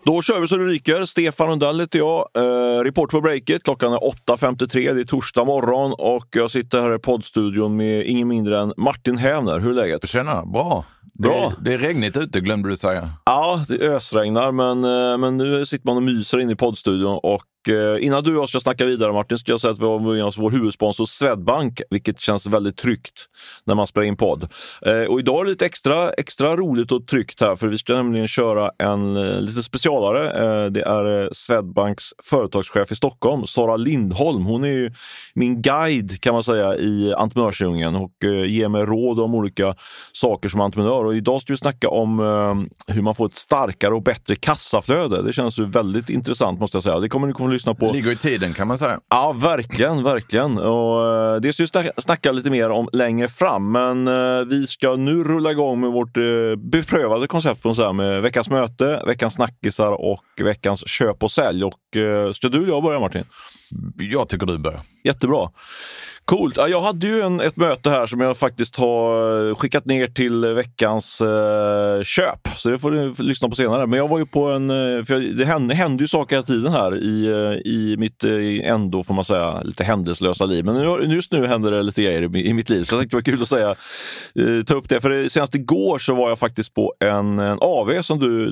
Då kör vi så det ryker. Stefan Rundell heter jag, reporter på Breakit. Klockan är 8.53, det är torsdag morgon och jag sitter här i poddstudion med ingen mindre än Martin Hävner. Hur är läget? Tjena, bra. Det är regnigt ute, glömde du säga. Ja, det ösregnar, men nu sitter man och myser in i poddstudion och innan du och jag ska snacka vidare, Martin, ska jag säga att vi har med oss vår huvudsponsor Swedbank, vilket känns väldigt tryggt när man spelar in podd. Och idag är det lite extra roligt och tryggt här, för vi ska nämligen köra en lite specialare. Det är Swedbanks företagschef i Stockholm, Sara Lindholm. Hon är ju min guide, kan man säga, i entreprenörsdjungeln och ger mig råd om olika saker som entreprenör. Och idag ska vi snacka om hur man får ett starkare och bättre kassaflöde. Det känns ju väldigt intressant, måste jag säga. Det kommer ni kunna lyssna på. Det ligger i tiden, kan man säga. Ja, verkligen. Och det ska vi snacka lite mer om längre fram. Men vi ska nu rulla igång med vårt beprövade koncept på så här, med veckans möte, veckans snackisar och veckans köp och sälj. Och ska du eller jag börja, Martin? Jag tycker du börjar. Jättebra. Coolt. Ja, jag hade ju ett möte här som jag faktiskt har skickat ner till veckans köp. Så det får du lyssna på senare. Men jag var ju på det händer ju saker hela tiden här i mitt ändå, får man säga, lite händelselösa liv. Men just nu händer det lite grejer i mitt liv. Så jag tänkte det var kul att säga, ta upp det. För senast igår så var jag faktiskt på en AV som du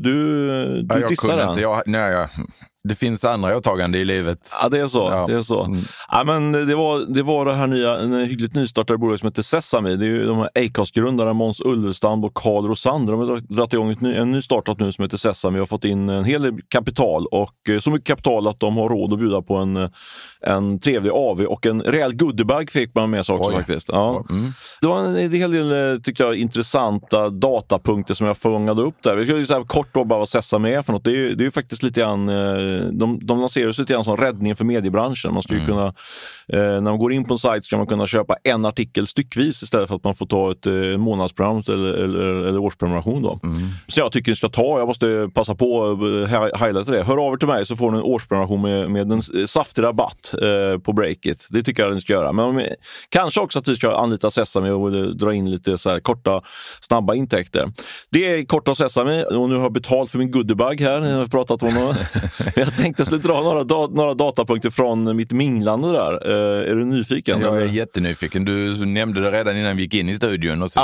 dissade. Det finns andra åtagande i livet. Ja, det är så. Ja. Det är så. Ja, men det var det här hyggligt nystartade bolaget som heter Sesame. Det är ju de här Acast-grundarna Måns Ulverstam och Carl Rosander. De har dragit igång en ny startup nu som heter Sesame. Vi har fått in en hel del kapital och så mycket kapital att de har råd att bjuda på en trevlig AV och en rejäl goodiebag fick man med sig också. Oj. Faktiskt. Ja. Mm. Det var en hel del, tycker jag, intressanta datapunkter som jag fångade upp där. Vi ska ju säga kort då bara vad Sesame är för något. Det är ju faktiskt lite grann de lanseras lite grann som räddningen för mediebranschen. Man ska ju kunna, när man går in på en sajt ska man kunna köpa en artikel styckvis istället för att man får ta ett månadsprogram eller årsprenumeration då. Så jag tycker jag måste passa på att highlighta det. Hör av er till mig så får ni en årsprenumeration med en saftig rabatt på Breakit. Det tycker jag ni ska göra. Men kanske också att vi ska anlita Sesame och dra in lite så här korta, snabba intäkter. Det är korta Sesame och nu har jag betalt för min goodiebag här. Jag har pratat om jag tänkte jag skulle dra några datapunkter från mitt minglande där. Är du nyfiken? Jag är jättenyfiken. Du nämnde det redan innan vi gick in i studion. Och så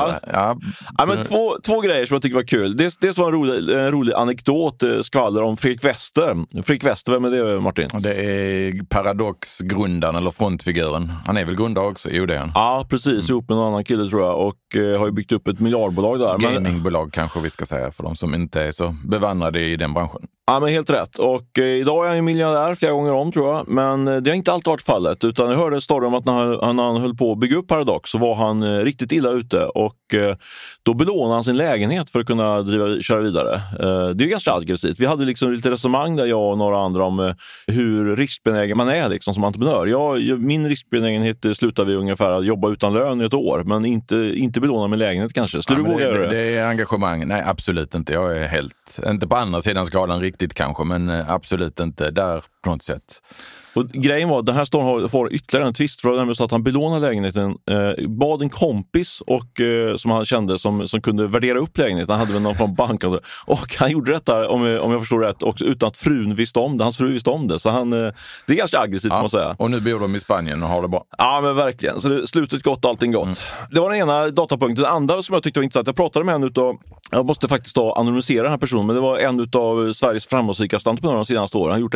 men två grejer som jag tycker var kul. Dels var en rolig anekdot, skvaller om Fredrik Wester. Fredrik Wester, vem är det, Martin? Det är Paradox-grundaren eller frontfiguren. Han är väl grundare också? Jo, det är han. Ja, precis. Ihop med en annan kille tror jag. Och har ju byggt upp ett miljardbolag där. Gamingbolag kanske vi ska säga för de som inte är så bevandrade i den branschen. Ja, men helt rätt. Och idag är han ju miljardär flera gånger om, tror jag. Men det har inte alltid varit fallet. Utan jag hörde en story om att när han höll på att bygga upp Paradox så var han riktigt illa ute. Och då belånade han sin lägenhet för att kunna köra vidare. Det är ju ganska aggressivt. Vi hade liksom lite resonemang där, jag och några andra, om hur riskbenägen man är liksom som entreprenör. Min riskbenägenhet slutar vi ungefär att jobba utan lön i ett år. Men inte belåna min lägenhet kanske. Skulle du våga göra det? Det är engagemang. Nej, absolut inte. Jag är inte på andra sidan skalan riktigt kanske, men absolut inte där på något sätt. Och grejen var att den här storyn får ytterligare en twist, för det var så att han belånade lägenheten, bad en kompis och som han kände som kunde värdera upp lägenheten. Han hade väl någon från banken och han gjorde detta, om jag förstår rätt, också utan att frun visste om det. Hans fru visste om det, så det är ganska aggressivt, får man säga. Och nu bor de i Spanien och har det bra. Ja, men verkligen. Så slutet gott, allting gott. Det var den ena datapunkten. Den andra som jag tyckte var intressant, jag pratade med en utav, jag måste faktiskt anonymisera den här personen, men det var en utav Sveriges framgångsrikaste entreprenörer de senaste åren. Han har gjort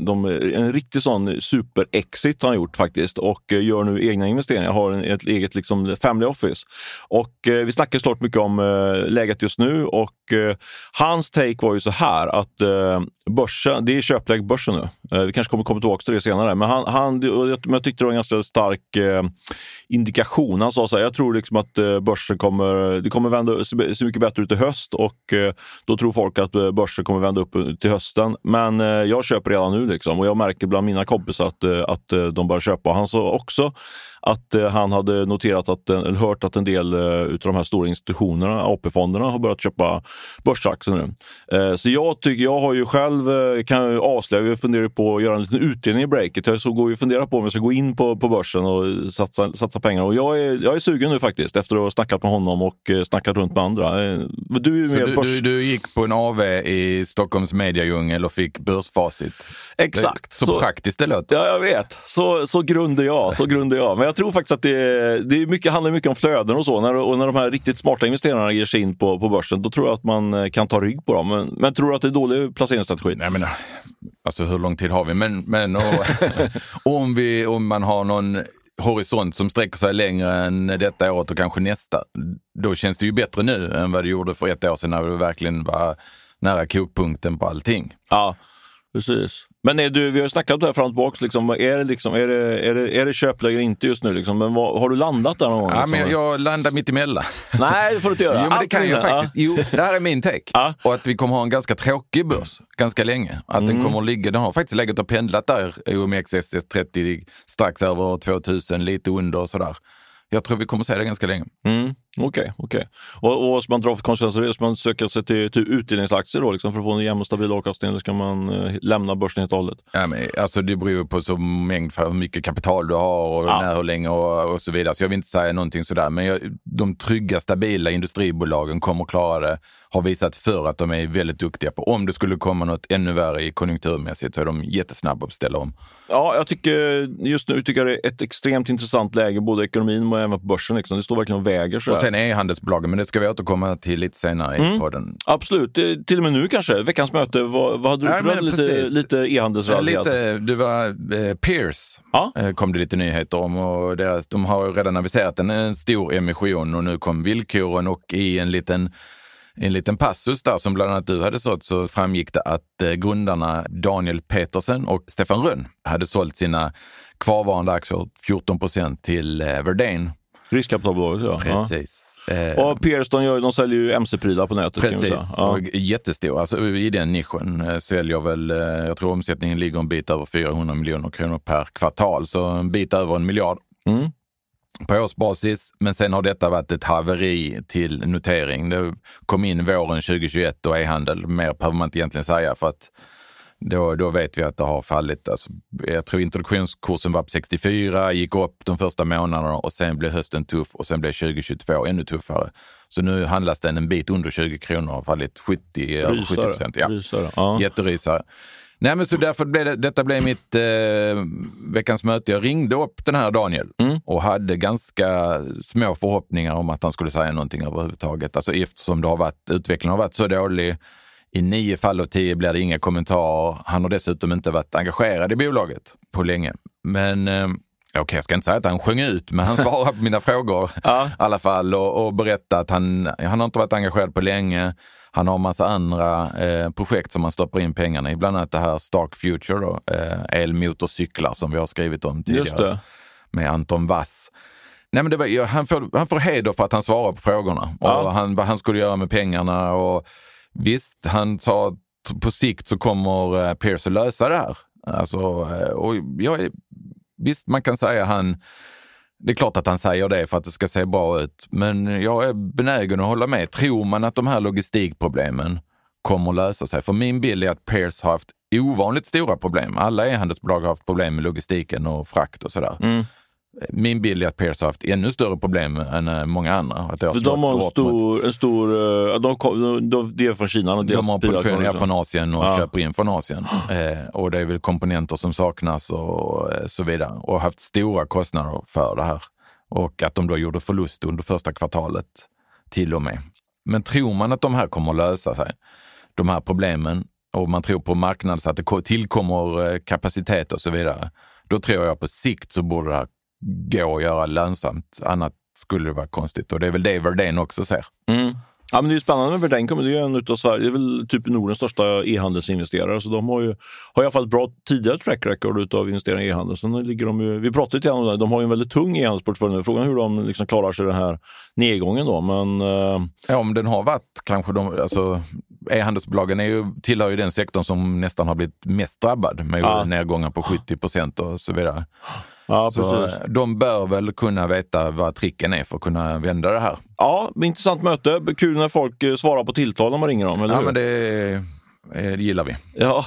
en riktig sån super-exit har han gjort faktiskt, och gör nu egna investeringar, har ett eget liksom family office. Och vi snackar såklart mycket om läget just nu, och hans take var ju så här att börsen, det är köpläge börsen nu. Vi kanske kommer tillbaka till det senare, men jag tyckte det var en ganska stark indikation. Han sa så här, jag tror liksom att börsen kommer vända, se mycket bättre ut i höst, och då tror folk att börsen kommer vända upp till hösten, men jag köper redan nu liksom, och jag märker bland mina kompisar att de börjar köpa. Han sa också att han hade noterat eller hört att en del utav de här stora institutionerna, AP-fonderna, har börjat köpa börsaktier nu. Så jag har ju själv, kan jag avslöja, jag funderar på att göra en liten utdelning i breaket. Jag så går ju fundera på om jag ska gå in på börsen och satsa pengar. Och jag är sugen nu faktiskt, efter att ha snackat med honom och snackat runt med andra. Du är med du gick på en AV i Stockholms mediadjungel och fick börsfacit. Exakt. Så praktiskt det låter. Ja, jag vet. Så grundar jag. Men jag tror faktiskt att det handlar mycket om flöden och så. När de här riktigt smarta investerarna ger sig in på börsen, då tror jag att man kan ta rygg på dem. Men tror du att det är dålig placeringsstrategi? Nej, men alltså hur lång tid har vi? Men om man har någon horisont som sträcker sig längre än detta året och kanske nästa, då känns det ju bättre nu än vad det gjorde för ett år sedan när det verkligen var nära kokpunkten på allting. Ja, precis. Men vi har ju snackat om det här fram och tillbaka. Liksom, är det köpläge inte just nu? Liksom? Men har du landat där någon gång? Ja, men jag landar mitt emellan. Nej, det får du inte göra. Jo, men det kan jag faktiskt. Jo, det här är min take. Ja. Och att vi kommer ha en ganska tråkig börs ganska länge. Att den kommer att ligga, den har faktiskt legat och pendlat där. OMXS30 strax över 2000, lite under och sådär. Jag tror vi kommer att se det ganska länge. Okej. Och ska man dra för konsekvenser, ska man söka sig till utdelningsaktier då, liksom, för att få en jämn och stabil avkastning, eller ska man lämna börsen helt och hållet? Ja, men, alltså, det beror på så mängd för hur mycket kapital du har och när, hur länge och så vidare. Så jag vill inte säga någonting sådär. Men de trygga, stabila industribolagen kommer att klara det. Har visat för att de är väldigt duktiga på. Om det skulle komma något ännu värre i konjunkturmässigt så är de jättesnabba att ställa om. Ja, jag tycker just nu det är ett extremt intressant läge, både ekonomin och även på börsen. Liksom. Det står verkligen och väger. Så och sen är handelsbolagen, men det ska vi återkomma till lite senare i podden. Absolut, till och med nu kanske. Veckans möte, vad hade du lite e-handelsrally? Det var Pierce, kom det lite nyheter om. Och de har ju redan aviserat en stor emission och nu kom villkoren, och i en liten passus där som bland annat du hade sålt, så framgick det att grundarna Daniel Petersen och Stefan Rönn hade sålt sina kvarvarande aktier 14% till Verdane. Riskkapitalbolaget, ja. Precis. Och Pierce, de säljer ju MC-prylar på nätet. Precis, och jättestor. Alltså, i den nischen säljer väl, jag tror omsättningen ligger en bit över 400 miljoner kronor per kvartal, så en bit över 1 miljard. På årsbasis, men sen har detta varit ett haveri till notering. Det kom in våren 2021 och e-handel, mer behöver man inte egentligen säga, för att då vet vi att det har fallit. Alltså, jag tror introduktionskursen var på 64, gick upp de första månaderna och sen blev hösten tuff och sen blev 2022 ännu tuffare. Så nu handlas den en bit under 20 kronor och har fallit 70%. Ja. Jätterysare. Nej, men så därför detta blev mitt veckans möte. Jag ringde upp den här Daniel och hade ganska små förhoppningar om att han skulle säga någonting överhuvudtaget. Alltså eftersom utvecklingen har varit så dålig, i 9 fall av 10 blir det inga kommentarer. Han har dessutom inte varit engagerad i bolaget på länge. Men jag ska inte säga att han sjöng ut, men han svarade på mina frågor i alla fall och berättade att han har inte varit engagerad på länge. Han har en massa andra projekt som han stoppar in pengarna i, bland annat det här Stark Future då, elmotorcyklar som vi har skrivit om tidigare. Just det. Med Anton Wass. Nej, men han får heder för att han svarar på frågorna och vad han skulle göra med pengarna, och visst, han sa på sikt så kommer Pierce att lösa det här. Alltså, och visst, man kan säga det är klart att han säger det för att det ska se bra ut, men jag är benägen att hålla med. Tror man att de här logistikproblemen kommer att lösa sig? För min bild är att Pierce har haft ovanligt stora problem. Alla e-handelsbolag har haft problem med logistiken och frakt och sådär. Min bild är att Pierce har haft ännu större problem än många andra. Att för de har det är från Kina. De har produktion från Asien och köper in från Asien. Och det är väl komponenter som saknas och så vidare. Och har haft stora kostnader för det här. Och att de då gjorde förlust under första kvartalet till och med. Men tror man att de här kommer att lösa sig, de här problemen, och man tror på marknaden så att det tillkommer kapacitet och så vidare, då tror jag på sikt så borde det här gå att göra lönsamt. Annat skulle det vara konstigt. Och det är väl det Verdane också ser. Ja, men det är ju spännande med Verdane. Det är ju en utav Sverige. Det är väl typ Nordens största e-handelsinvesterare. Så de har i alla fall ett bra tidigare track record utav investeringar i e-handel. Sen ligger de ju, vi pratade lite om det. De har ju en väldigt tung e-handelsportfölj. Frågan hur de liksom klarar sig den här nedgången då. Men ja, om den har varit kanske e-handelsbolagen tillhör ju den sektorn som nästan har blivit mest drabbad med nedgångar på 70% och så vidare. Ja, så precis. De bör väl kunna veta vad tricken är för att kunna vända det här. Ja, intressant möte. Kul när folk svarar på tilltal när man ringer dem, eller hur? Men det gillar vi. Ja.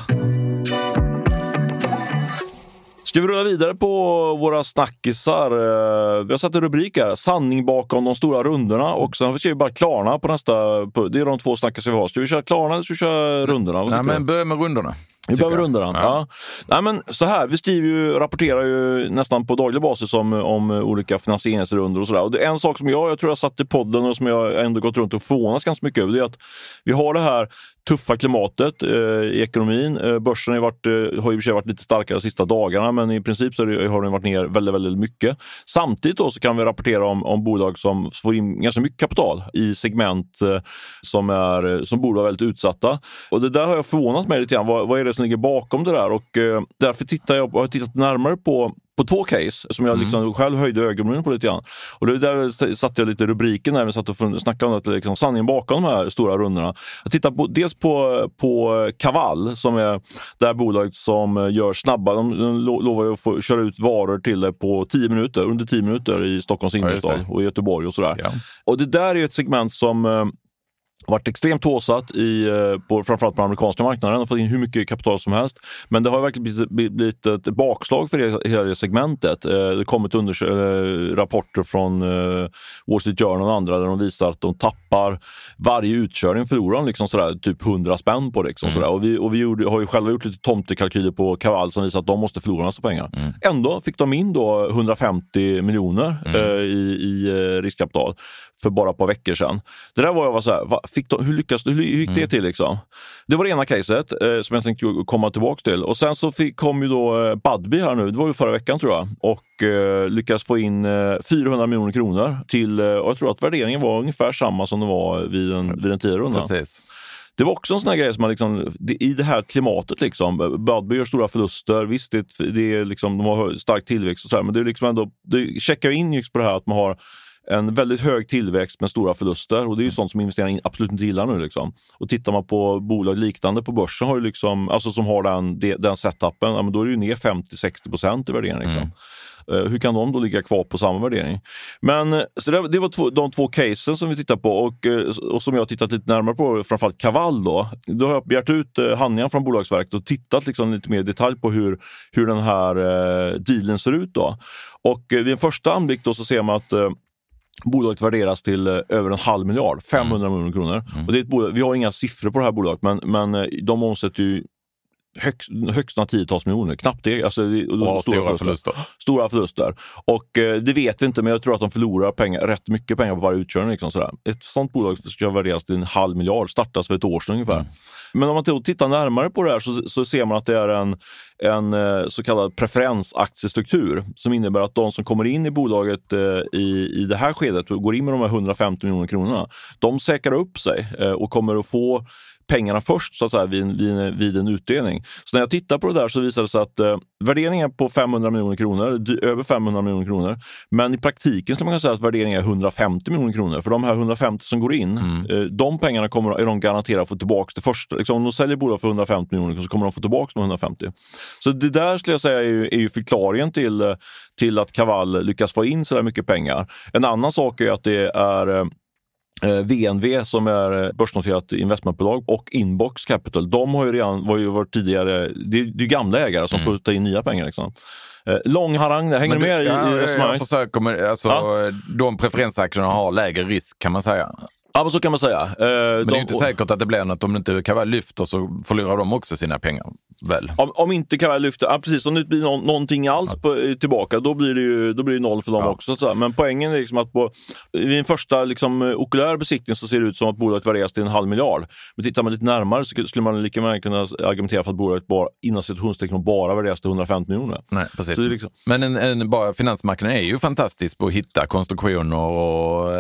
Ska vi rulla vidare på våra snackisar? Vi har satt en rubrik här. Sanning bakom de stora rundorna. Och sen ska vi bara Klarna på nästa. Det är de 2 snackisar vi har. Ska vi köra Klarna eller ska vi köra rundorna? Nej, men börja med rundorna. Vi börjar med rundorna. Ja. Nej, men så här, vi rapporterar ju nästan på daglig basis om olika finansieringsrundor och sådär. Och det är en sak som jag tror jag satt i podden och som jag ändå gått runt och förvånas ganska mycket över. Det är att vi har det här tuffa klimatet i ekonomin. Börsen har ju i och för sig varit lite starkare de sista dagarna, men i princip så har den varit ner väldigt, väldigt mycket. Samtidigt då så kan vi rapportera om bolag som får in ganska mycket kapital i segment som borde vara väldigt utsatta. Och det där har jag förvånat mig lite grann. Vad är det som ligger bakom det där? Och därför har jag tittat närmare på 2 case som jag liksom själv höjde ögonen på lite grann. Och det där satte jag lite rubriken när vi satt och snackade om att liksom sanningen bakom de här stora rundorna. Jag tittar dels på Kaval som är det här bolaget som gör snabba. De lovar ju att få köra ut varor till det på 10 minuter, under 10 minuter i Stockholms innerstad och i Göteborg och sådär. Ja. Och det där är ett segment som varit extremt håsat framförallt på den amerikanska marknaden och fått in hur mycket kapital som helst. Men det har verkligen blivit ett bakslag för hela det segmentet. Det har kommit rapporter från Wall Street Journal och andra där de visar att de tappar varje utkörning, förlorar liksom sådär, typ 100 spänn på det. Liksom, sådär. Och vi har ju själva gjort lite tomtekalkyler på Kaval som visar att de måste förlora massa pengar. Ändå fick de in då 150 miljoner i riskkapital för bara ett par veckor sedan. Det där var jag så här, hur gick det till liksom? Det var det ena caset som jag tänkte komma tillbaka till. Och sen så kom ju då Budbee här nu, det var ju förra veckan tror jag, och lyckades få in 400 miljoner kronor till, och jag tror att värderingen var ungefär samma som det var vid den tidigare rundan. Precis. Det var också en sån här grej som man liksom, i det här klimatet liksom, Budbee gör stora förluster, visst det är liksom, de har stark tillväxt och så här, men det är liksom ändå, det checkar in just på det här att man har en väldigt hög tillväxt med stora förluster, och det är ju sånt som investerare absolut inte gillar nu liksom. Och tittar man på bolag liknande på börsen har ju liksom, alltså som har den setupen, ja, men då är det ju ner 50-60% i värderingen liksom. Hur kan de då ligga kvar på samma värdering? Men så det var de 2 casen som vi tittar på och som jag har tittat lite närmare på, framförallt Kaval då. Då har jag begärt ut handlingar från Bolagsverket och tittat liksom lite mer i detalj på hur den här dealen ser ut då. Och vid en första anblick då så ser man att bolaget värderas till över 500 miljard, 500 miljoner kronor. Och det är ett bolag, vi har inga siffror på det här bolaget, men de omsätter ju högst 10-tals miljoner, knappt det. Alltså, stora förluster. Och det vet vi inte, men jag tror att de förlorar rätt mycket pengar på varje utkörning. Liksom, sådär. Ett sånt bolag ska värderas till 500 miljard, startas för ett år sedan ungefär. Men om man tittar närmare på det här så ser man att det är en så kallad preferensaktiestruktur som innebär att de som kommer in i bolaget i det här skedet och går in med de här 150 miljoner kronorna, de säkrar upp sig och kommer att få pengarna först så att säga, vid en utdelning. Så när jag tittar på det där så visar det sig att värderingen är på 500 miljoner kronor, över 500 miljoner kronor. Men i praktiken skulle man kunna säga att värderingen är 150 miljoner kronor. För de här 150 som går in, de pengarna är de garanterade att få tillbaka det första. Liksom, om de säljer bolag för 150 miljoner så kommer de få tillbaka de 150. Så det där skulle jag säga är ju förklaringen till att Kaval lyckas få in så där mycket pengar. En annan sak är att det är VNV som är börsnoterat investmentbolag och Inbox Capital, de har ju redan varit tidigare, det är gamla ägare som puttar in nya pengar liksom. Lång harang, det hänger med i resonemanget. De preferensaktierna har lägre risk kan man säga. Ja, men så kan man säga. Men det är inte säkert att det blir något om det inte Kaval lyfter så förlorar de också sina pengar. Väl. Om inte Kaval lyfter, precis, om det inte blir någonting alls tillbaka, då blir det noll för dem också. Så. Men poängen är liksom att vid en första liksom, okulär besiktning så ser det ut som att bolaget värderas till 500 miljard. Men tittar man lite närmare så skulle man lika gärna kunna argumentera för att bolaget inom situationstecken bara värderas till 150 miljoner. Nej, precis. Så det är liksom... Men bara finansmarknaden är ju fantastisk på att hitta konstruktioner och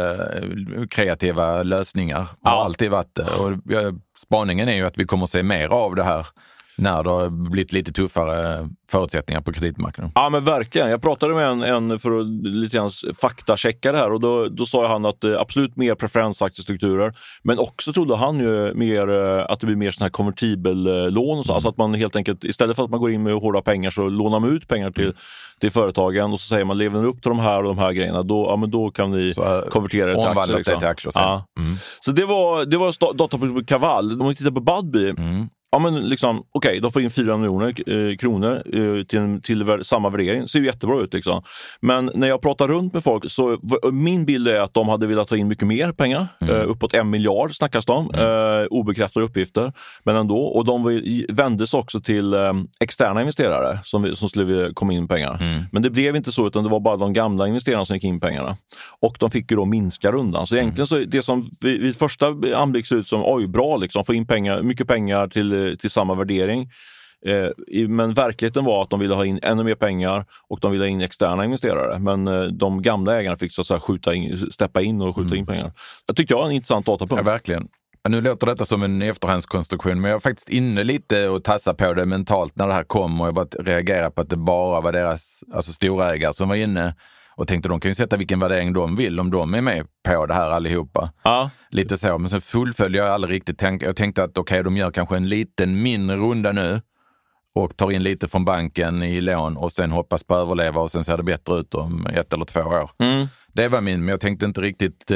kreativa lösningar. Har alltid varit det. Och spaningen är ju att vi kommer att se mer av det här när det har blivit lite tuffare förutsättningar på kreditmarknaden. Ja, men verkligen. Jag pratade med en för att lite grann faktachecka det här, och då sa han att absolut mer preferensaktiestrukturer, men också trodde han ju mer att det blir mer sån här konvertibellån och så. Alltså att man helt enkelt, istället för att man går in med hårda pengar, så lånar man ut pengar till företagen och så säger man, lever ni upp till de här grejerna, då kan ni konvertera det till aktier. Liksom. Till aktier sen. Ja. Så det var databolag Kaval. Om vi tittar på Budbee, ja, men liksom, okej, de får in 4 miljoner kronor till samma värdering. Ser ju jättebra ut liksom. Men när jag pratar runt med folk, så min bild är att de hade velat ta in mycket mer pengar. Uppåt 1 miljard snackas de. Obekräftade uppgifter. Men ändå. Och de vändes också till externa investerare som skulle komma in pengar. Men det blev inte så, utan det var bara de gamla investerarna som gick in pengarna. Och de fick ju då minska rundan. Så egentligen så det som vid första anblick ser ut som bra liksom, få in pengar, mycket pengar till samma värdering. Men verkligheten var att de ville ha in ännu mer pengar och de ville ha in externa investerare. Men de gamla ägarna fick så att säga steppa in och skjuta in pengar. Jag tyckte det var en intressant datapunkt. Ja, verkligen. Nu låter detta som en efterhandskonstruktion, men jag var faktiskt inne lite och tassade på det mentalt när det här kom, och jag bara reagerade på att det bara var deras storägare som var inne. Och tänkte de kan ju sätta vilken värdering de vill om de är med på det här allihopa. Ja. Lite så, men sen fullföljde jag aldrig riktigt. Jag tänkte att de gör kanske en liten mindre runda nu och tar in lite från banken i lån och sen hoppas på att överleva, och sen ser det bättre ut om 1 eller 2 år. Det var men jag tänkte inte riktigt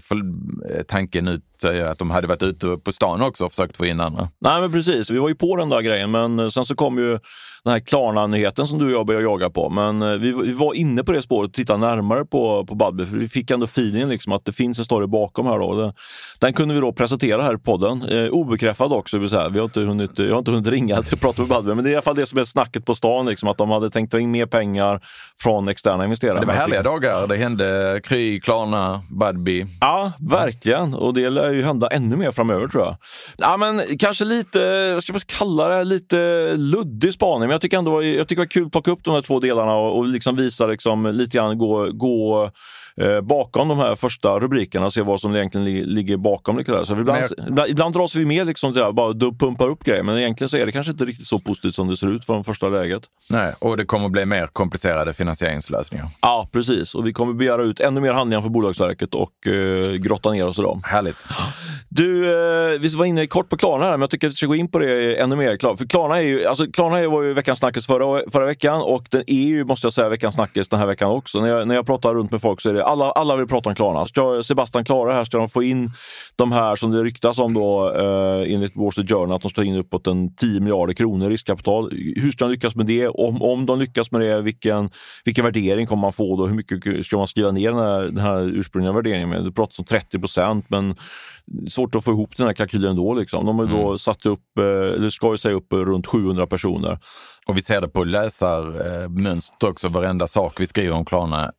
tanken ut att de hade varit ute på stan också och försökt få in andra. Nej, men precis. Vi var ju på den där grejen, men sen så kom ju den här Klarna-nyheten som du och jag började jaga på. Men vi var inne på det spåret och tittade närmare på Budbee, för vi fick ändå feelingen liksom att det finns en story bakom här då. Den kunde vi då presentera här i podden. Obekräftad också, vill säga. Jag har inte hunnit ringa till att prata med Budbee, men det är i alla fall det som är snacket på stan, liksom, att de hade tänkt ta in mer pengar från externa investerare. Men det var härliga dagar. Det hände Kry, Klarna, Budbee. Ja, verkligen. Och det lär ju hända ännu mer framöver, tror jag. Ja, men kanske lite, vad ska man kalla det, lite luddig spaning. Men jag tycker det var kul att plocka upp de här 2 delarna och liksom visa liksom, lite grann gå bakom de här första rubrikerna och se vad som egentligen ligger bakom det där. Så ibland dras vi med liksom där, bara pumpar upp grejer, men egentligen så är det kanske inte riktigt så positivt som det ser ut från första läget. Nej, och det kommer att bli mer komplicerade finansieringslösningar. Ja, precis. Och vi kommer begära ut ännu mer handlingar för Bolagsverket och grotta ner oss i dem. Härligt. Du, vi var inne kort på Klarna här, men jag tycker att vi ska gå in på det ännu mer. För Klarna var ju veckans snackes förra veckan, och den är ju, måste jag säga, veckans snackes den här veckan också. När jag pratar runt med folk så är det alla vill prata om Klarna. Ska Sebastian klara här? Ska de få in de här som det ryktas om då enligt Wall Street Journal, att de ska in uppåt 10 miljarder kronor i riskkapital? Hur ska de lyckas med det? Om de lyckas med det, vilken värdering kommer man få då? Hur mycket ska man skriva ner den här ursprungliga värderingen med? Det pratas om 30%, men svårt att få ihop den här kalkylen då liksom. De har då satt upp, eller ska ju säga upp runt 700 personer. Och vi ser det på läsarmönster också. Varenda sak vi skriver om Klarna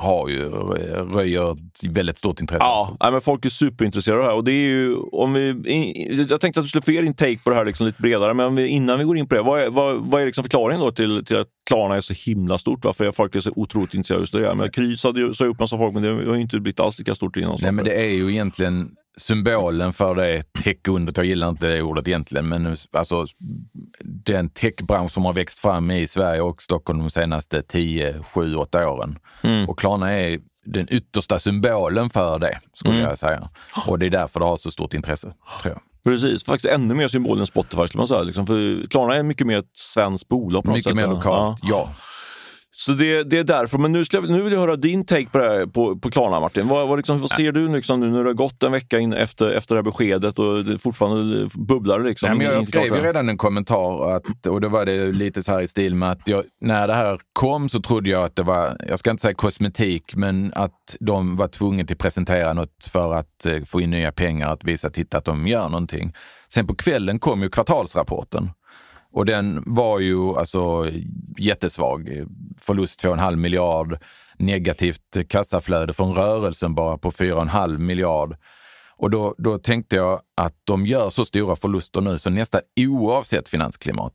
röjer väldigt stort intresse. Ja, men folk är superintresserade av det här. Och det är ju, jag tänkte att du skulle få din take på det här liksom lite bredare, men innan vi går in på det, vad är liksom förklaringen då till att Klarna är så himla stort? Varför är folk så otroligt intresserade av det? Men Kry sa upp massa folk, men det har ju inte blivit alls lika stort innan. Nej, men det är ju egentligen symbolen för det techundret. Jag gillar inte det ordet egentligen, men alltså den techbransch som har växt fram i Sverige och Stockholm de senaste 10, 7, 8 åren. Och Klarna är den yttersta symbolen för det, skulle jag säga. Och det är därför det har så stort intresse, tror jag. Precis, faktiskt ännu mer symbol än Spotify, skulle man säga. Liksom. För Klarna är mycket mer ett svenskt bolag. På mycket mer lokalt, ja. Så det är därför. Men nu vill jag höra din take på det här, på Klarna, Martin. Vad ser du liksom, nu när det har gått en vecka in efter det här beskedet och det fortfarande bubblar det liksom? Nej, men jag skrev ju redan en kommentar och då var det lite så här i stil med att när det här kom så trodde jag att det var, jag ska inte säga kosmetik, men att de var tvungna till att presentera något för att få in nya pengar, att visa att de gör någonting. Sen på kvällen kom ju kvartalsrapporten. Och den var ju alltså jättesvag. Förlust 2,5 miljard, negativt kassaflöde från rörelsen bara på 4,5 miljard. Och då tänkte jag att de gör så stora förluster nu så nästan oavsett finansklimat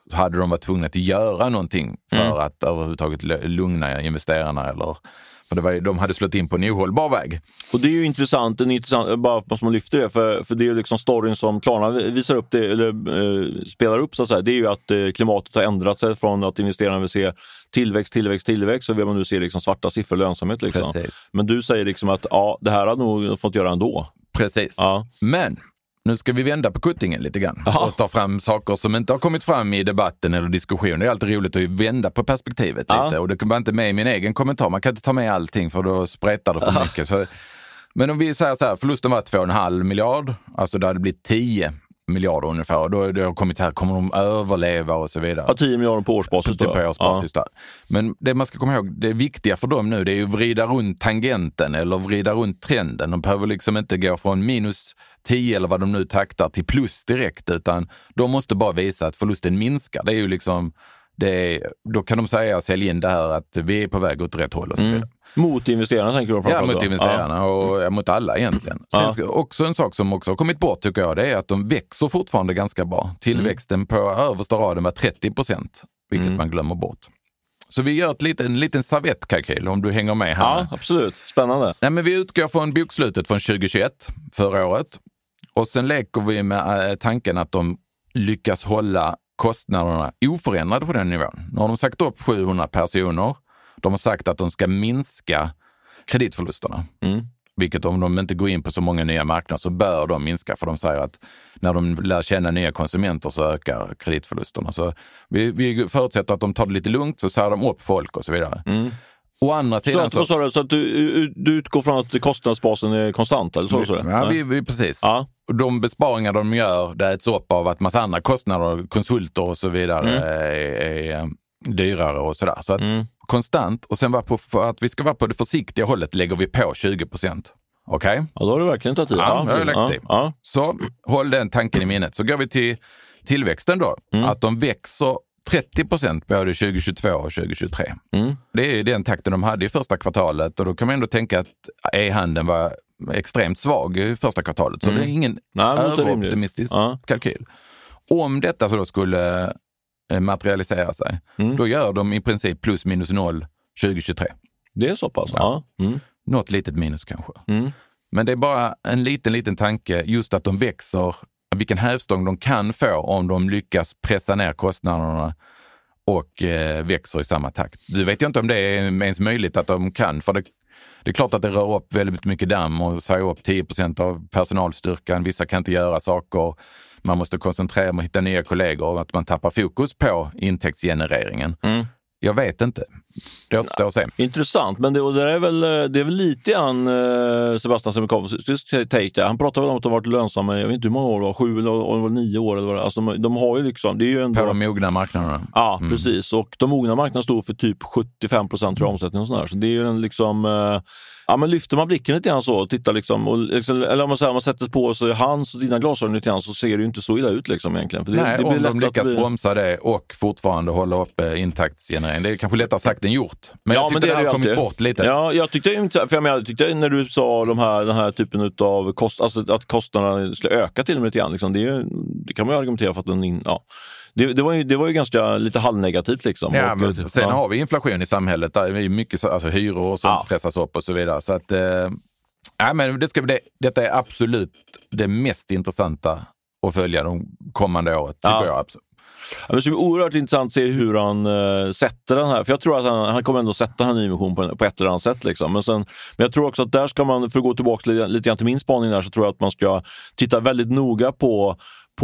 så hade de varit tvungna att göra någonting för att överhuvudtaget lugna investerarna. För de hade slått in på en ohållbar väg. Och det är ju intressant, bara måste man lyfta det, för det är ju liksom storyn som Klarna visar upp det, eller spelar upp så att säga. Det är ju att klimatet har ändrat sig från att investerarna vill se tillväxt, så vill man nu se liksom svarta siffror, lönsamhet liksom. Precis. Men du säger liksom att det här hade nog fått göra ändå. Precis. Ja. Men nu ska vi vända på kuttingen lite grann och ta fram saker som inte har kommit fram i debatten eller diskussionen. Det är alltid roligt att vända på perspektivet lite. Och det kan vara inte med i min egen kommentar. Man kan inte ta med allting för då spretar det för mycket. Men om vi säger så här, förlusten var 2,5 miljard. Alltså det hade blivit 10 miljarder ungefär. Och då det har kommit här, kommer de överleva och så vidare. 10 miljarder på årsbasis. På årsbasis där. Men det man ska komma ihåg, det viktiga för dem nu, det är ju att vrida runt tangenten eller vrida runt trenden. De behöver liksom inte gå från minus 10 eller vad de nu taktar till plus direkt, utan de måste bara visa att förlusten minskar. Det är ju liksom, då kan de säga, sälja in det här att vi är på väg åt rätt håll och så vidare. Mot investerarna tänker du framförallt? Ja, mot investerarna och mot alla egentligen. Sen också en sak som också har kommit bort tycker jag, det är att de växer fortfarande ganska bra. Tillväxten på översta raden var 30%, vilket man glömmer bort. Så vi gör en liten servettkalkyl om du hänger med här. Ja, absolut. Spännande. Nej, men vi utgår från bokslutet från 2021, förra året. Och sen leker vi med tanken att de lyckas hålla kostnaderna oförändrade på den nivån. Nu har de sagt upp 700 personer. De har sagt att de ska minska kreditförlusterna. Vilket om de inte går in på så många nya marknader så bör de minska. För de säger att när de lär känna nya konsumenter så ökar kreditförlusterna. Så vi förutsätter att de tar det lite lugnt, så säger de upp folk och så vidare. Å andra sidan så att du utgår från att kostnadsbasen är konstant, eller så? Ja, vi precis. Ja. De besparingar de gör, det äts upp av att massa andra kostnader, konsulter och så vidare är dyrare och sådär. Så att konstant, och sen för att vi ska vara på det försiktiga hållet lägger vi på 20%. Okej? Ja, då har du verkligen tagit tid. Ja, jag har lagt tid. Så håll den tanken i minnet. Så går vi till tillväxten då. Att de växer 30% både 2022 och 2023. Det är den takten de hade i första kvartalet, och då kan man ändå tänka att e-handeln var extremt svag i första kvartalet. Så det är ingen överoptimistisk kalkyl. Om detta så då skulle materialisera sig, då gör de i princip plus minus noll 2023. Det är så pass? Ja. Något litet minus kanske. Men det är bara en liten tanke, just att de växer, vilken hävstång de kan få om de lyckas pressa ner kostnaderna och växer i samma takt. Du vet ju inte om det är ens möjligt att de kan, för det är klart att det rör upp väldigt mycket damm och säger upp 10% av personalstyrkan. Vissa kan inte göra saker. Man måste koncentrera sig och hitta nya kollegor, och att man tappar fokus på intäktsgenereringen. Jag vet inte. Det återstår att se. Intressant, men det är väl lite grann Sebastian Semikovics take. Han pratar väl om att de har varit lönsamma, jag vet inte hur många år det var, 7 eller 9 år eller vad det. Alltså de har ju liksom, det är ju ändå på de mogna marknaderna. Ja, precis. Och de mogna marknaderna står för typ 75% av omsättningen och sådär. Så det är ju en liksom men lyfter man blicken lite grann så och tittar liksom, och liksom, eller om man säger, man sätter på sig hans och dina glasögon lite grann, så ser det ju inte så illa ut liksom egentligen. För det blir om lätt de lyckas bromsa det och fortfarande hålla upp intäktsgenerering. Det är kanske lättare sagt än gjort. Men jag tyckte det har kommit bort lite. Ja, jag tyckte inte, för jag tyckte när du sa den här typen av alltså att kostnaderna skulle öka till och med lite grann liksom, det kan man ju argumentera för att det var ju ganska lite halvnegativt liksom. Ja, men sen har vi inflation i samhället, där är mycket alltså hyror som pressas upp och så vidare. Så att men detta är absolut det mest intressanta att följa de kommande året, tycker jag absolut. Det ska bli oerhört intressant att se hur han sätter den här. För jag tror att han kommer ändå sätta den här nyemission på ett eller annat sätt. Liksom. Men jag tror också att där ska man, för att gå tillbaka lite grann till min spaning där, så tror jag att man ska titta väldigt noga på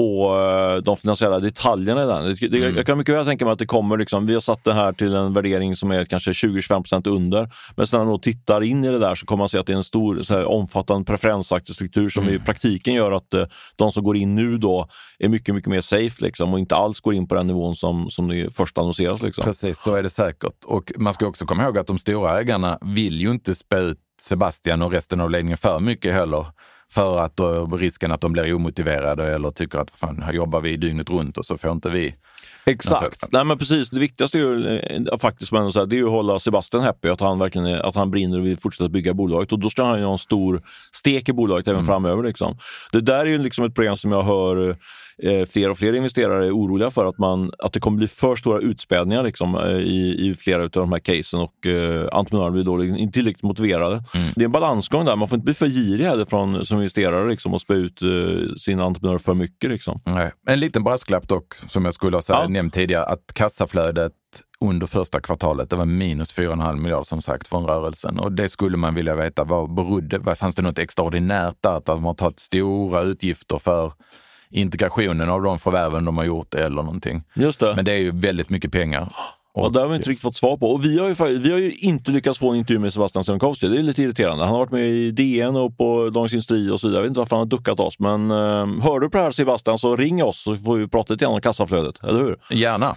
de finansiella detaljerna i den. Jag kan mycket väl tänka mig att det kommer liksom, vi har satt det här till en värdering som är kanske 20-25% under, men sen när man tittar in i det där så kommer man se att det är en stor så här, omfattande preferensaktestruktur som i praktiken gör att de som går in nu då är mycket, mycket mer safe liksom, och inte alls går in på den nivån som det först annonseras. Liksom. Precis, så är det säkert. Och man ska också komma ihåg att de stora ägarna vill ju inte spä ut Sebastian och resten av ledningen för mycket heller. För att risken att de blir omotiverade eller tycker att fan, här jobbar vi dygnet runt och så får inte vi Exakt. Nej, men precis. Det viktigaste är ju faktiskt, som ändå säger, det är ju att hålla Sebastian happy, att han verkligen att han brinner och vill fortsätta bygga bolaget, och då ska han ju ha en stor stek i bolaget även framöver liksom. Det där är ju liksom ett program som jag hör fler och fler investerare är oroliga för, att det kommer bli för stora utspädningar liksom, i flera av de här casen, och entreprenörer blir då inte tillräckligt motiverade. Det är en balansgång där, man får inte bli för girig heller som investerare liksom, och spä ut sina entreprenörer för mycket liksom. Nej. En liten brasklapp dock, som jag skulle ha nämnt tidigare, att kassaflödet under första kvartalet, det var minus 4,5 miljarder som sagt från rörelsen, och det skulle man vilja veta vad berodde. Fanns det något extraordinärt där, att de har tagit stora utgifter för integrationen av de förvärven de har gjort eller någonting? Just det. Men det är ju väldigt mycket pengar. Och där har vi inte riktigt fått svar på. Och vi har ju inte lyckats få en intervju med Sebastian Siemiatkowski. Det är lite irriterande. Han har varit med i DN och på Dagens Industri och så vidare. Jag vet inte varför han har duckat oss. Men hör du på det här, Sebastian, så ring oss så får vi prata lite grann om kassaflödet. Eller hur? Gärna.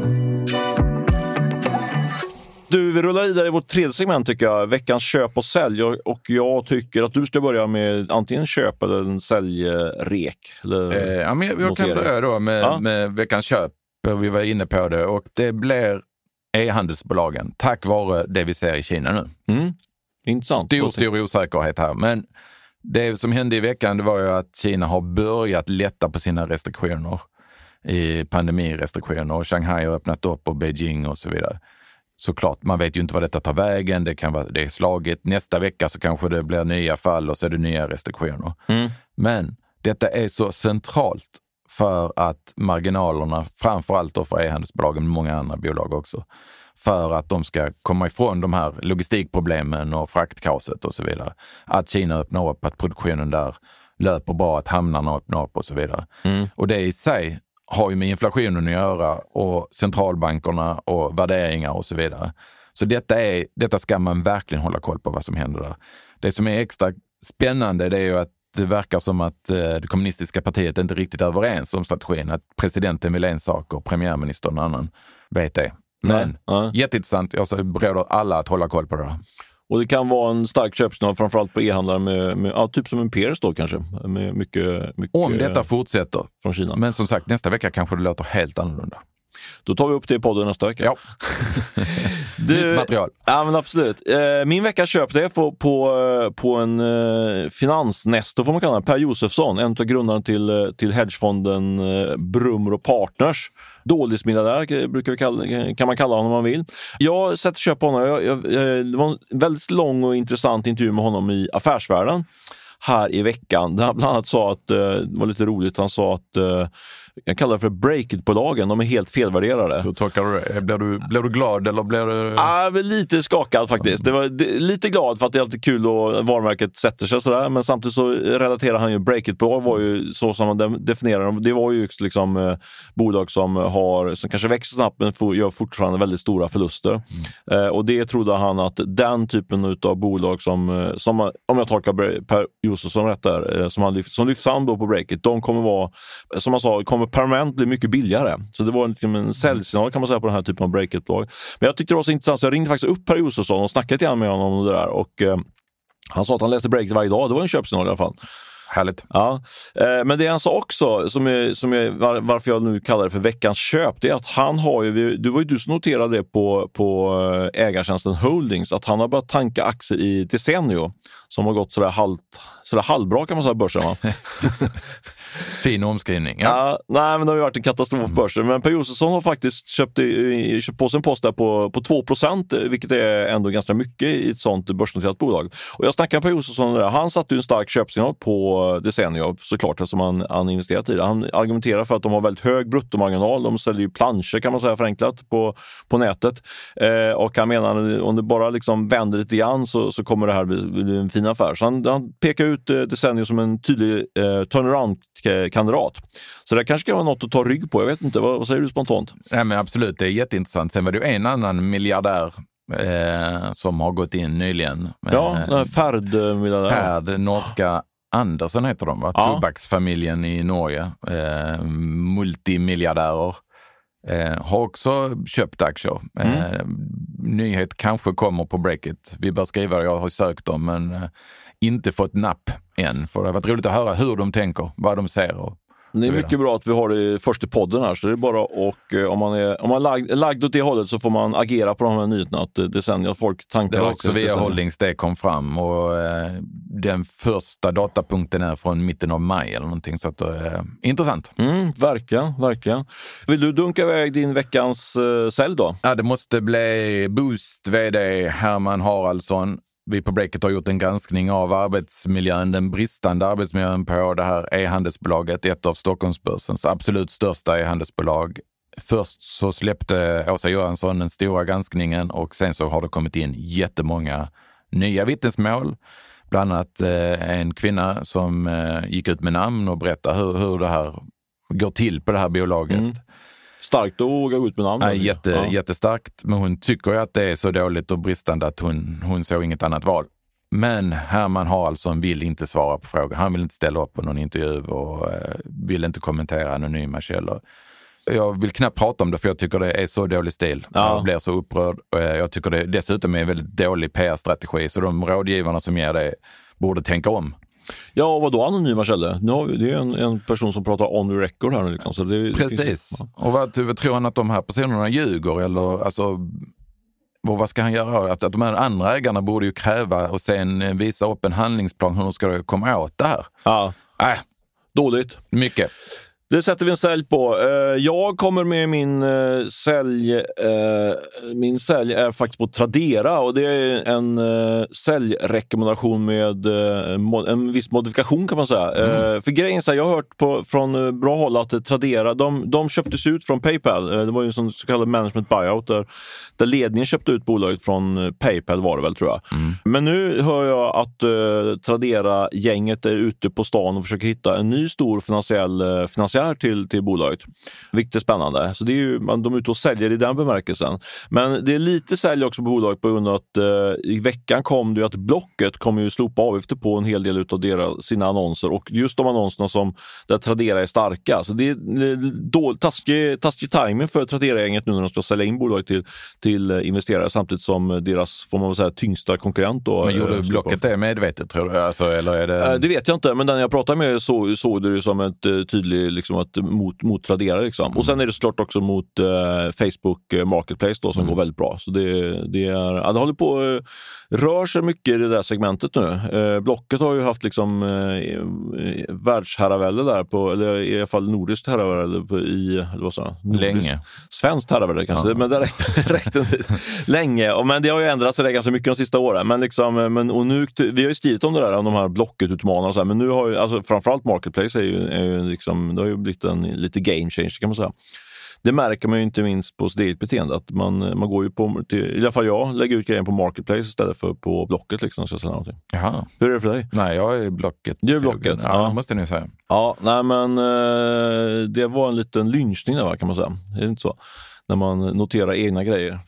Du, vi rullar vidare i vårt tredje segment tycker jag. Veckans köp och sälj. Och jag tycker att du ska börja med antingen köp eller en säljrek. Ja, men jag kan börja då med veckans köp. Vi var inne på det, och det blir e-handelsbolagen tack vare det vi ser i Kina nu. Intressant. Stor osäkerhet här. Men det som hände i veckan, det var ju att Kina har börjat lätta på sina restriktioner, i pandemirestriktioner, och Shanghai har öppnat upp och Beijing och så vidare. Såklart, man vet ju inte vad detta tar vägen, det är slagit. Nästa vecka så kanske det blir nya fall och så är det nya restriktioner. Men detta är så centralt för att marginalerna, framförallt då för e-handelsbolagen, men många andra bolag också, för att de ska komma ifrån de här logistikproblemen och fraktkaoset och så vidare. Att Kina öppnar upp, att produktionen där löper bra, att hamnarna öppnar upp och så vidare. Och det i sig har ju med inflationen att göra, och centralbankerna och värderingar och så vidare. Så detta ska man verkligen hålla koll på, vad som händer där. Det som är extra spännande, det är ju att det verkar som att det kommunistiska partiet inte riktigt är överens om strategin. Att presidenten vill en sak och premiärministern en annan, vet det. Men jätteintressant, jag bereder alla att hålla koll på det här. Och det kan vara en stark köpsignal, framförallt på e-handlare med typ som en Peers då kanske. Med mycket om detta fortsätter från Kina. Men som sagt, nästa vecka kanske det låter helt annorlunda. Då tar vi upp det i podden nästa vecka. Ja. Nytt material. Ja, men absolut. Min vecka köp det på en finansnestor, får man kalla det. Per Josefsson, en av grundarna till hedgefonden Brummer och Partners. Dålismiljardär kan man kalla honom om man vill. Jag sätter köp på honom. Det var en väldigt lång och intressant intervju med honom i Affärsvärlden här i veckan. Där han bland annat sa att, det var lite roligt, han sa att jag kallar det för break-it-bolagen, de är helt felvärderade. Hur tolkar du det? Blir du glad eller blir du... Ja, lite skakad faktiskt. Det var lite glad för att det är alltid kul och varumärket sätter sig sådär, men samtidigt så relaterar han ju break-it-bolag var ju så som man definierar dem. Det var ju liksom bolag som kanske växer snabbt men gör fortfarande väldigt stora förluster. Och det trodde han att den typen av bolag som om jag tolkar Per Josefsson rätt där, som lyfts fram då på break-it, de kommer vara, som man sa, kommer permanent bli mycket billigare. Så det var en säljsignal kan man säga på den här typen av break-it-bolag. Men jag tyckte det var så intressant så jag ringde faktiskt upp Per Josefsson och snackade lite med honom om det där. Och han sa att han läste break-it varje dag. Det var en köpsignal i alla fall. Härligt. Ja. Men det han sa också, varför jag nu kallar det för veckans köp, det är att han har ju, det var ju du som noterade det på ägartjänsten Holdings, att han har börjat tanka aktier i Desenio som har gått sådär halvbra kan man säga börsen, va? Fin omskrivning. Ja. Nej, men det har ju varit en katastrofbörsen. Men Per Josefsson har faktiskt köpt på sin post där på 2%, vilket är ändå ganska mycket i ett sånt börsnoterat bolag. Och jag snackade med Per Josefsson där. Han satte ju en stark köpsignal på Desenio, såklart, eftersom han investerat i det. Han argumenterar för att de har väldigt hög bruttomarginal. De säljer ju planscher kan man säga förenklat på nätet. Och han menar att om det bara liksom vänder lite grann så kommer det här bli en fin affär. Så han pekar ut Desenio som en tydlig turnaround-kandidat. Så det kanske kan vara något att ta rygg på. Jag vet inte, vad säger du spontant? Nej, men absolut, det är jätteintressant. Sen var det ju en annan miljardär som har gått in nyligen. Ja, Ferd-miljardär. Ferd, norska Andersen heter de, va? Ja. Tobaksfamiljen i Norge. Multimiljardärer. Har också köpt aktier. Nyhet kanske kommer på break-it. Vi bör skriva, jag har sökt dem men inte fått napp än. För det har varit roligt att höra hur de tänker, vad de ser. Det är mycket bra att vi har det först i podden här, så det är bara och om man är lagd åt det hållet så får man agera på de här nyheterna, att det sen att folk tankar. Det var också via Holdings det kom fram, och den första datapunkten är från mitten av maj eller någonting, så att intressant. Verkligen. Vill du dunka iväg din veckans sälj då? Ja, det måste bli Boost vd Herman Haraldsson. Vi på Breakit har gjort en granskning av arbetsmiljön, den bristande arbetsmiljön på det här e-handelsbolaget, ett av Stockholmsbörsens absolut största e-handelsbolag. Först så släppte Åsa Johansson den stora granskningen, och sen så har det kommit in jättemånga nya vittnesmål. Bland annat en kvinna som gick ut med namn och berättade hur det här går till på det här bolaget. Starkt att våga ut med namn. Jättestarkt, men hon tycker ju att det är så dåligt och bristande att hon såg inget annat val. Men Herman Haraldsson vill inte svara på frågor. Han vill inte ställa upp på någon intervju och vill inte kommentera anonyma källor. Jag vill knappt prata om det, för jag tycker det är så dålig stil. Jag blir så upprörd. Jag tycker det dessutom är en väldigt dålig PR-strategi, så de rådgivarna som ger det borde tänka om. Ja, vad då anonyma källor? Det är en person som pratar on the record här nu. Liksom, så precis. Och vad tror han att de här personerna ljuger? Eller, alltså, vad ska han göra? Att de här andra ägarna borde ju kräva och sen visa upp en handlingsplan hur de ska komma åt det här. Ja, dåligt. Mycket. Det sätter vi en sälj på. Jag kommer med min sälj. Min sälj är faktiskt på Tradera, och det är en säljrekommendation med en viss modifikation, kan man säga. För grejen är, jag har hört från bra håll att Tradera, de köptes ut från PayPal. Det var ju en så kallad management buyout där ledningen köpte ut bolaget från PayPal, var det väl, tror jag. Men nu hör jag att Tradera-gänget är ute på stan och försöker hitta en ny stor finansiär till bolaget. Vilket är spännande. Så det är ju, de är ute och säljer i den bemärkelsen. Men det är lite sälj också på bolaget på grund av att i veckan kom det ju att Blocket kommer ju slopa avgifter på en hel del utav sina annonser, och just de annonserna som där Tradera är starka. Så det är taskig timing för Tradera-gänget nu när de ska sälja in bolaget till investerare, samtidigt som deras, får man väl säga, tyngsta konkurrent då. Men gjorde Blocket det medvetet, tror du? Alltså, eller är det... Det vet jag inte, men den jag pratade med såg det ju som ett tydligt liksom, mot Tradera liksom. Och sen är det såklart också mot Facebook Marketplace då, som går väldigt bra. Så det håller på rör sig mycket i det där segmentet nu. Blocket har ju haft liksom världsherravälde där på, eller i alla fall nordiskt herravälde länge. Svenskt herravälde kanske, men det räckte länge. Men det har ju ändrat sig ganska mycket de sista åren. Men liksom, och nu, vi har ju skrivit om det där, om de här Blocket-utmanarna och så här, men nu har ju, alltså framförallt Marketplace är ju liksom, det har ju blivit en lite game changer, kan man säga. Det märker man ju inte minst på sitt eget beteende, att man går ju på, i alla fall jag lägger ut grejen på Marketplace istället för på Blocket liksom, så någonting. Jaha. Hur är det för dig? Nej, jag är Blocket. Du är Blocket? Ja, måste ni säga. Ja, nej men det var en liten lynchning där, kan man säga. Det är inte så? När man noterar egna grejer.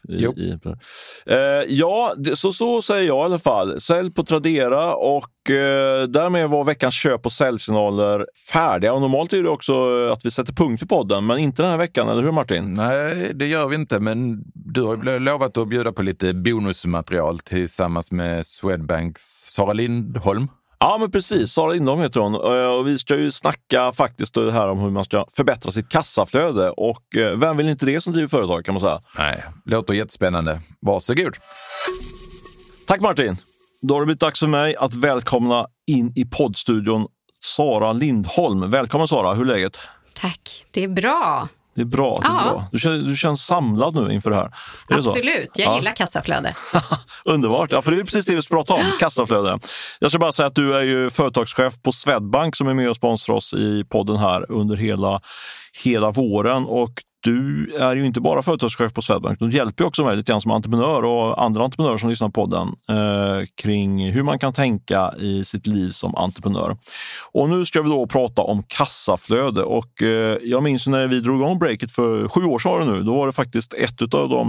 Så säger jag i alla fall. Sälj på Tradera, och därmed var veckans köp- och säljsignaler färdiga. Och normalt är det också att vi sätter punkt för podden, men inte den här veckan, eller hur Martin? Nej, det gör vi inte, men du har ju lovat att bjuda på lite bonusmaterial tillsammans med Swedbanks Sara Lindholm. Ja, men precis. Sara Lindholm heter hon. Och vi ska ju snacka faktiskt det här om hur man ska förbättra sitt kassaflöde. Och vem vill inte det som driver företag, kan man säga? Nej, låter jättespännande. Varsågod. Tack Martin. Då har det blivit dags för mig att välkomna in i poddstudion Sara Lindholm. Välkommen Sara, hur är läget? Tack, det är bra. Det är bra, det är bra. Du känns samlad nu inför det här. Är absolut, jag gillar kassaflöde. Underbart, ja, för det är precis det vi ska prata om, kassaflöde. Jag ska bara säga att du är ju företagschef på Swedbank som är med och sponsrar oss i podden här under hela våren, och du är ju inte bara företagschef på Swedbank, du hjälper ju också mig lite grann som entreprenör och andra entreprenörer som lyssnar på podden kring hur man kan tänka i sitt liv som entreprenör. Och nu ska vi då prata om kassaflöde, och jag minns när vi drog igång Breakit för 7 år sedan nu, då var det faktiskt ett av de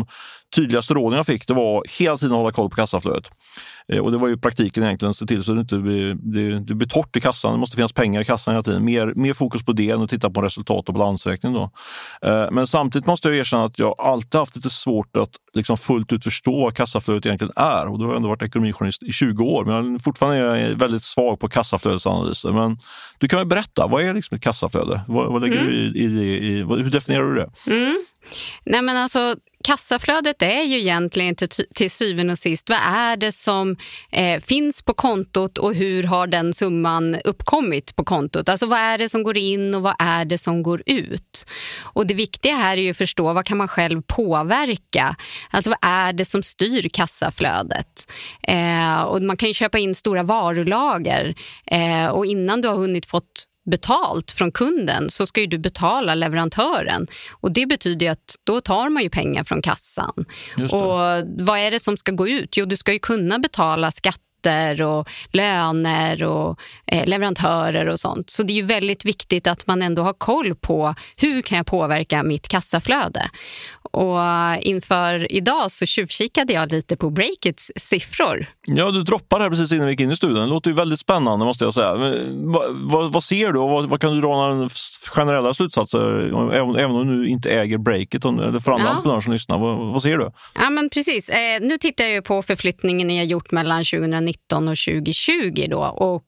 tydligaste råden jag fick, det var hela tiden hålla koll på kassaflödet. Och det var ju praktiken egentligen, se till så att det inte blir torrt i kassan. Det måste finnas pengar i kassan hela tiden. Mer fokus på det än att titta på resultat och balansräkning då. Men samtidigt måste jag erkänna att jag alltid haft lite svårt att liksom fullt ut förstå vad kassaflödet egentligen är. Och då har jag ändå varit ekonomijournalist i 20 år, men fortfarande är jag väldigt svag på kassaflödesanalyser. Men du kan väl berätta, vad är liksom ett kassaflöde? Vad lägger du i det? Hur definierar du det? Nej, men alltså, kassaflödet är ju egentligen till syvende och sist, vad är det som finns på kontot och hur har den summan uppkommit på kontot? Alltså vad är det som går in och vad är det som går ut? Och det viktiga här är ju att förstå, vad kan man själv påverka? Alltså vad är det som styr kassaflödet? Och man kan ju köpa in stora varulager och innan du har hunnit fått betalt från kunden så ska ju du betala leverantören. Och det betyder ju att då tar man ju pengar från kassan. Och vad är det som ska gå ut? Jo, du ska ju kunna betala skatter och löner och leverantörer och sånt. Så det är ju väldigt viktigt att man ändå har koll på hur kan jag påverka mitt kassaflöde. Och inför idag så tjuvkikade jag lite på Breakits siffror. Ja, du droppar här precis innan vi gick in i studion. Det låter ju väldigt spännande, måste jag säga. Vad ser du och vad kan du dra några generella slutsatser, även om du inte äger Breakit eller för andra entreprenörer som lyssnar? Vad ser du? Ja, men precis. Nu tittar jag ju på förflyttningen ni har gjort mellan 2019 och 2020 då, och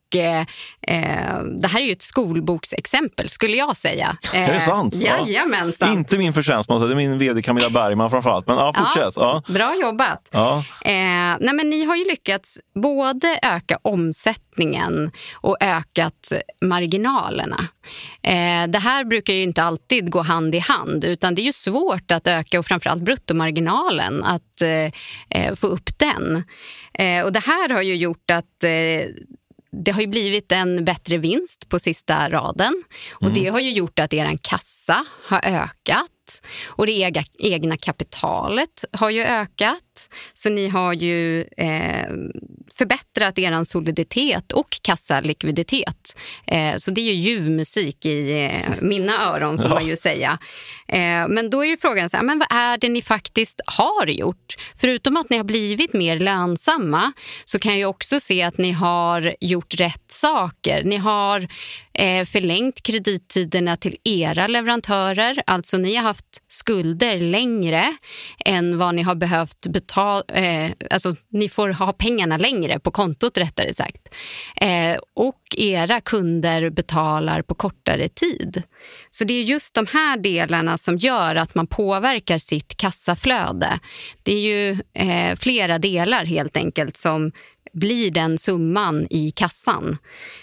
det här är ju ett skolboksexempel skulle jag säga. Är det sant? Jajamensan. Inte min förtjänst, det är min vd Camilla Bergman framförallt. Men fortsätt. Ja. Bra jobbat. Ja. Nej, men ni har ju lyckats både öka omsättningen och ökat marginalerna. Det här brukar ju inte alltid gå hand i hand, utan det är ju svårt att öka och framförallt bruttomarginalen, att få upp den. Och det här har ju gjort att det har ju blivit en bättre vinst på sista raden. Och det har ju gjort att er kassa har ökat. Och det egna kapitalet har ju ökat. Så ni har ju förbättrat er soliditet och kassalikviditet. Så det är ju ljuv musik i mina öron, får man ju säga. Men då är ju frågan så här, men vad är det ni faktiskt har gjort? Förutom att ni har blivit mer lönsamma så kan jag ju också se att ni har gjort rätt saker. Ni har förlängt kredittiderna till era leverantörer. Alltså ni har haft skulder längre än vad ni har behövt betala. Alltså ni får ha pengarna längre på kontot, rättare sagt. Och era kunder betalar på kortare tid. Så det är just de här delarna som gör att man påverkar sitt kassaflöde. Det är ju flera delar helt enkelt som blir den summan i kassan.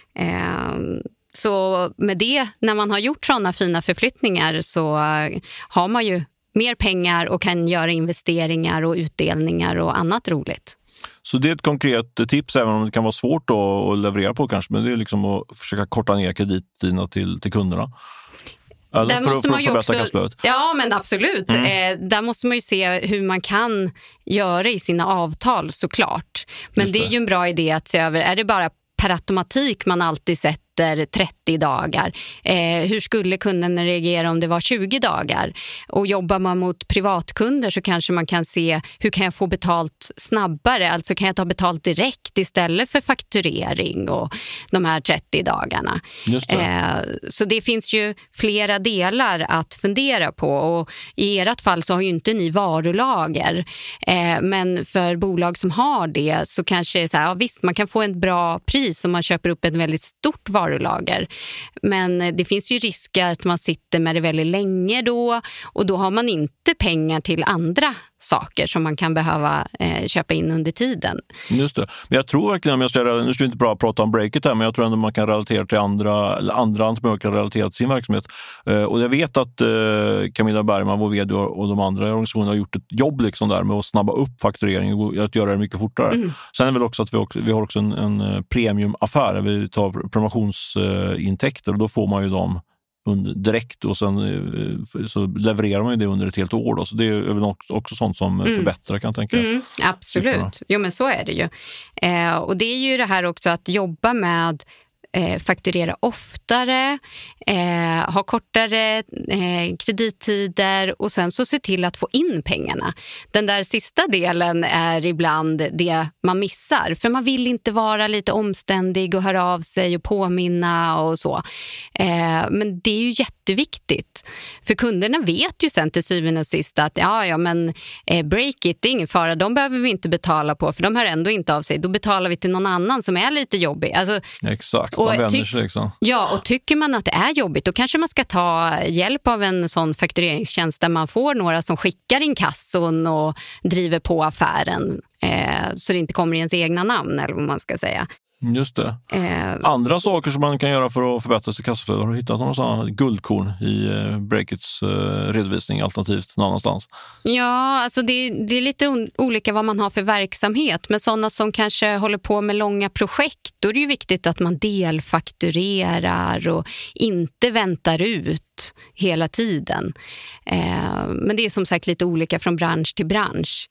Så med det, när man har gjort sådana fina förflyttningar så har man ju mer pengar och kan göra investeringar och utdelningar och annat roligt. Så det är ett konkret tips, även om det kan vara svårt att leverera på kanske, men det är liksom att försöka korta ner kredittiderna till kunderna. Eller för att förbättra kassaflödet. Ja, men absolut. Där måste man ju se hur man kan göra i sina avtal, såklart. Men det är ju en bra idé att se över, är det bara per automatik man alltid sätter 30 dagar. Hur skulle kunden reagera om det var 20 dagar? Och jobbar man mot privatkunder så kanske man kan se, hur kan jag få betalt snabbare? Alltså kan jag ta betalt direkt istället för fakturering och de här 30 dagarna. Just det. Så det finns ju flera delar att fundera på, och i ert fall så har ju inte ni varulager. Men för bolag som har det så kanske det är så här, ja, visst, man kan få ett bra pris om man köper upp ett väldigt stort varulager. Men det finns ju risker att man sitter med det väldigt länge då, och då har man inte pengar till andra saker som man kan behöva köpa in under tiden. Just det. Men jag tror verkligen, nu ska vi inte bara prata om Breakit här, men jag tror ändå man kan relatera till andra entreprenörer kan relatera till sin verksamhet. Och jag vet att Camilla Bergman, vår vd, och de andra organisationerna har gjort ett jobb liksom där med att snabba upp fakturering och att göra det mycket fortare. Sen är det väl också att vi har också en premiumaffär där vi tar prenumerationsintäkter, och då får man ju dem direkt, och sen så levererar man ju det under ett helt år då. Så det är väl också sånt som förbättrar, kan jag tänka. Absolut. Jo, men så är det ju. Och det är ju det här också att jobba med fakturera oftare, ha kortare kredittider och sen så se till att få in pengarna. Den där sista delen är ibland det man missar, för man vill inte vara lite omständig och höra av sig och påminna och så. Men det är ju jätteviktigt, för kunderna vet ju sen till syvende och sist att break it, det är ingen fara, de behöver vi inte betala på för de hör ändå inte av sig, då betalar vi till någon annan som är lite jobbig. Alltså, exakt, man vänder sig liksom. Ja, och tycker man att det är jobbigt, då kanske man ska ta hjälp av en sån faktureringstjänst där man får några som skickar in kasson och driver på affären så det inte kommer i ens egna namn eller vad man ska säga. Just det. Andra saker som man kan göra för att förbättra sitt kassaflöde, har du hittat några sådana guldkorn i Breakits redovisning alternativt någon annanstans? Ja, alltså det är lite olika vad man har för verksamhet, men sådana som kanske håller på med långa projekt, då är det ju viktigt att man delfakturerar och inte väntar ut hela tiden. Men det är som sagt lite olika från bransch till bransch.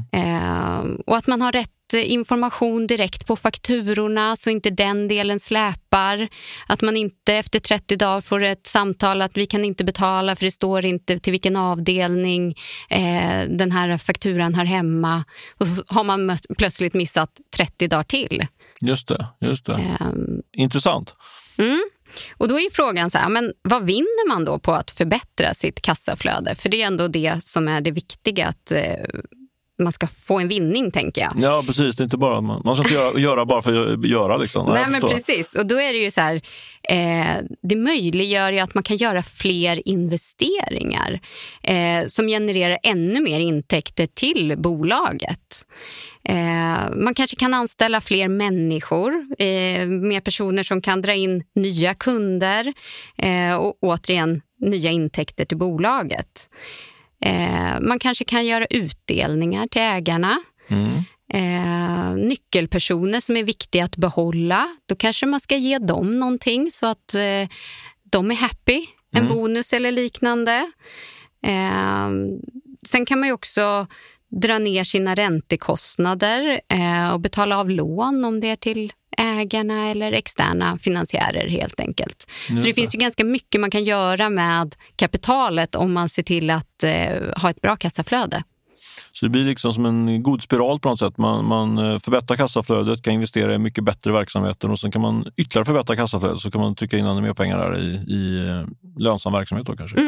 Och att man har rätt information direkt på fakturorna så inte den delen släpar. Att man inte efter 30 dagar får ett samtal att vi kan inte betala för det står inte till vilken avdelning den här fakturan hör hemma. Och så har man plötsligt missat 30 dagar till. Just det. Intressant. Och då är frågan så här, men vad vinner man då på att förbättra sitt kassaflöde? För det är ändå det som är det viktiga, att man ska få en vinning, tänker jag. Ja, precis. Det är inte bara man ska inte göra bara för att göra liksom. Nej, men precis. Och då är det ju så här, det möjliggör ju att man kan göra fler investeringar som genererar ännu mer intäkter till bolaget. Man kanske kan anställa fler människor, mer personer som kan dra in nya kunder och återigen nya intäkter till bolaget. Man kanske kan göra utdelningar till ägarna. Nyckelpersoner som är viktiga att behålla. Då kanske man ska ge dem någonting så att de är happy. En bonus eller liknande. Sen kan man ju också dra ner sina räntekostnader och betala av lån om det är till ägarna eller externa finansiärer helt enkelt. Så det finns ju ganska mycket man kan göra med kapitalet om man ser till att ha ett bra kassaflöde. Så det blir liksom som en god spiral på något sätt. Man förbättrar kassaflödet, kan investera i mycket bättre verksamheter och sen kan man ytterligare förbättra kassaflödet, så kan man trycka in ännu mer pengar där i lönsam verksamhet då kanske.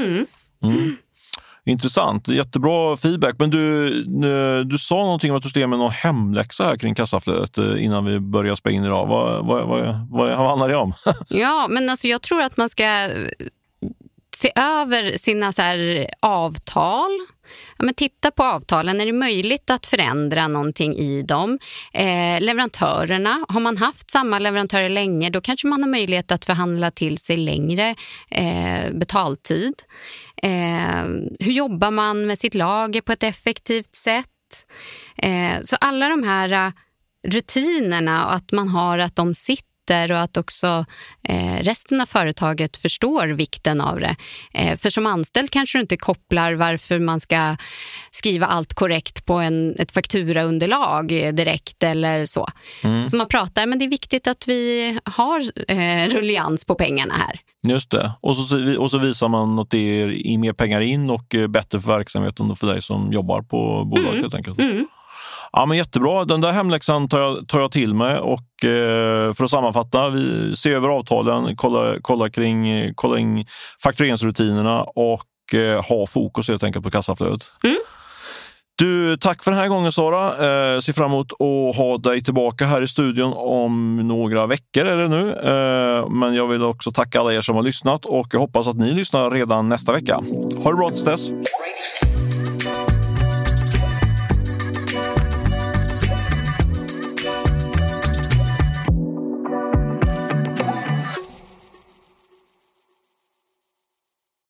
Intressant, jättebra feedback. Men du sa någonting om att du ska ge mig någon hemläxa här kring kassaflödet innan vi börjar spela in idag. Vad handlar det om? Ja, men alltså jag tror att man ska se över sina så här avtal. Ja, men titta på avtalen, är det möjligt att förändra någonting i dem? Leverantörerna, har man haft samma leverantörer länge, då kanske man har möjlighet att förhandla till sig längre betaltid. Hur jobbar man med sitt lager på ett effektivt sätt? Så alla de här rutinerna, och att man har att de sitter och att också resten av företaget förstår vikten av det. För som anställd kanske du inte kopplar varför man ska skriva allt korrekt på ett fakturaunderlag direkt eller så. Så man pratar, men det är viktigt att vi har rullians på pengarna här. Just det. Och så visar man att det är mer pengar in och bättre för verksamheten för dig som jobbar på bolaget helt enkelt. Ja, men jättebra. Den där hemläxan tar jag till mig, och för att sammanfatta, vi ser över avtalen, kolla in faktureringsrutinerna och ha fokus helt enkelt på kassaflödet. Du, tack för den här gången, Sara. Ser fram emot att ha dig tillbaka här i studion om några veckor är det nu. Men jag vill också tacka alla er som har lyssnat, och jag hoppas att ni lyssnar redan nästa vecka. Ha det bra tills dess.